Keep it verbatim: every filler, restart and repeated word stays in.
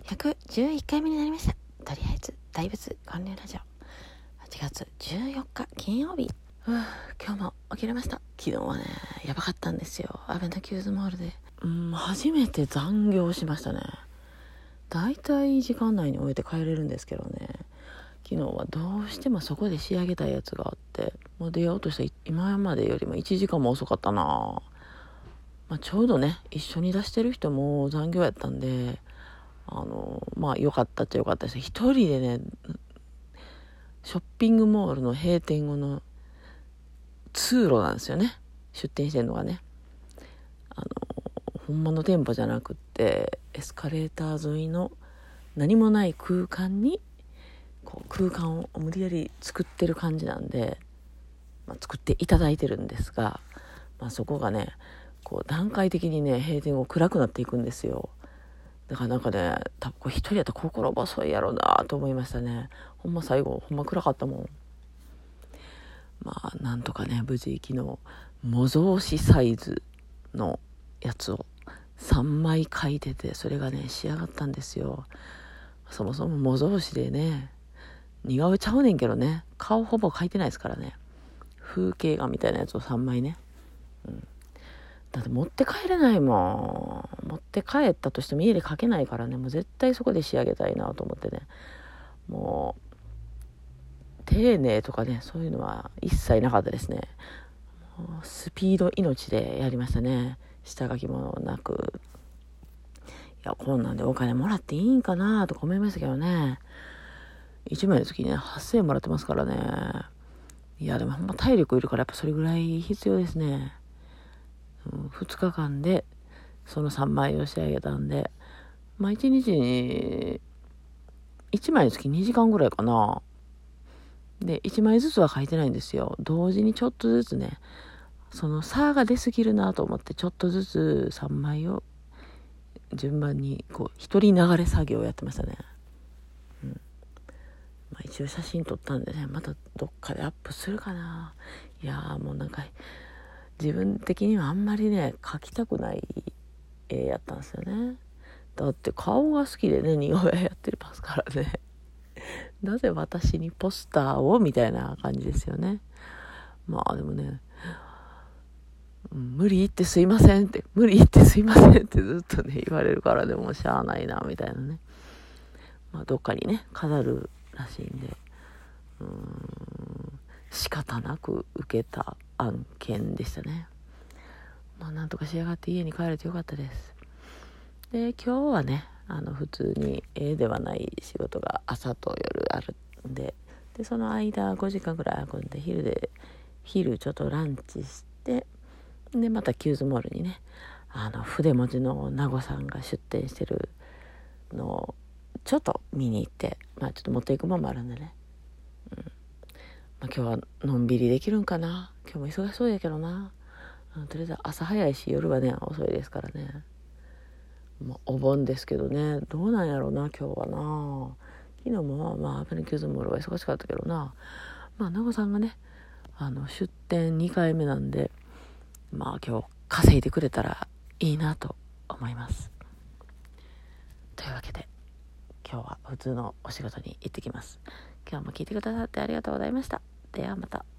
ひゃくじゅういっかいめになりました。とりあえず大仏建立ラジオ、はちがつじゅうよっか金曜日。うぅ今日も起きれました。昨日はねやばかったんですよ。アベノキューズモールでうん初めて残業しましたね。だいたい時間内に終えて帰れるんですけどね、昨日はどうしてもそこで仕上げたいやつがあって、もう出ようとした今までよりもいちじかんも遅かったな。まあ、ちょうどね一緒に出してる人も残業やったんで、あのまあ良かったっちゃ良かったです。一人でねショッピングモールの閉店後の通路なんですよね、出店してるのがね。あのほんまの店舗じゃなくってエスカレーター沿いの何もない空間にこう空間を無理やり作ってる感じなんで、まあ、作っていただいてるんですが、まあ、そこがねこう段階的にね閉店後暗くなっていくんですよ。だからなんかね多分これ一人やったら心細いやろうなと思いましたね。ほんま最後ほんま暗かったもん。まあなんとかね無事昨日模造紙サイズのやつをさんまい描いてて、それがね仕上がったんですよ。そもそも模造紙でね似顔絵ちゃうねんけどね、顔ほぼ描いてないですからね。風景画みたいなやつをさんまいね、うん、だって持って帰れないもん。持って帰ったとしても家で描けないからね、もう絶対そこで仕上げたいなと思ってね、もう丁寧とかねそういうのは一切なかったですね。もうスピード命でやりましたね。下書きもなく。いやこんなんでお金もらっていいんかなとか思いましたけどね。いちまいの月にねはっせんえんもらってますからね。いやでもほんま体力いるからやっぱそれぐらい必要ですね。うん、ふつかかんでそのさんまいを仕上げたんで、まあいちにちにいちまいにつきにじかんぐらいかな。でいちまいずつは書いてないんですよ。同時にちょっとずつね、その差が出すぎるなと思ってちょっとずつさんまいを順番にこう一人流れ作業をやってましたね。うん、まあ、一応写真撮ったんでね、またどっかでアップするかな。いやーもうなんか自分的にはあんまりね描きたくない絵やったんですよね。だって顔が好きでね似顔絵やってますからねなぜ私にポスターをみたいな感じですよね。まあでもね、うん、無理言ってすいませんって無理言ってすいませんってずっとね言われるから、でもしゃあないなみたいなね。まあどっかにね飾るらしいんで、うーん仕方なく受けた案件でしたね。まあなんとか仕上がって家に帰れてよかったです。で今日はねあの普通に絵ではない仕事が朝と夜あるんで、でその間ごじかんぐらい空くんで昼で昼ちょっとランチして、でまたキューズモールにねあの筆文字の名護さんが出店してるのをちょっと見に行って、まあちょっと持っていくもんもあるんでね、うんまあ、今日はのんびりできるんかな。今日も忙しそうやけどな、うん、とりあえず朝早いし夜はね遅いですからね。まあ、お盆ですけどね、どうなんやろうな今日はな。昨日もまあまあアベノキューズモールは忙しかったけどな。まあ名護さんがねあの出店にかいめなんで、まあ今日稼いでくれたらいいなと思います。というわけで今日は普通のお仕事に行ってきます。今日も聞いてくださってありがとうございました。ではまた。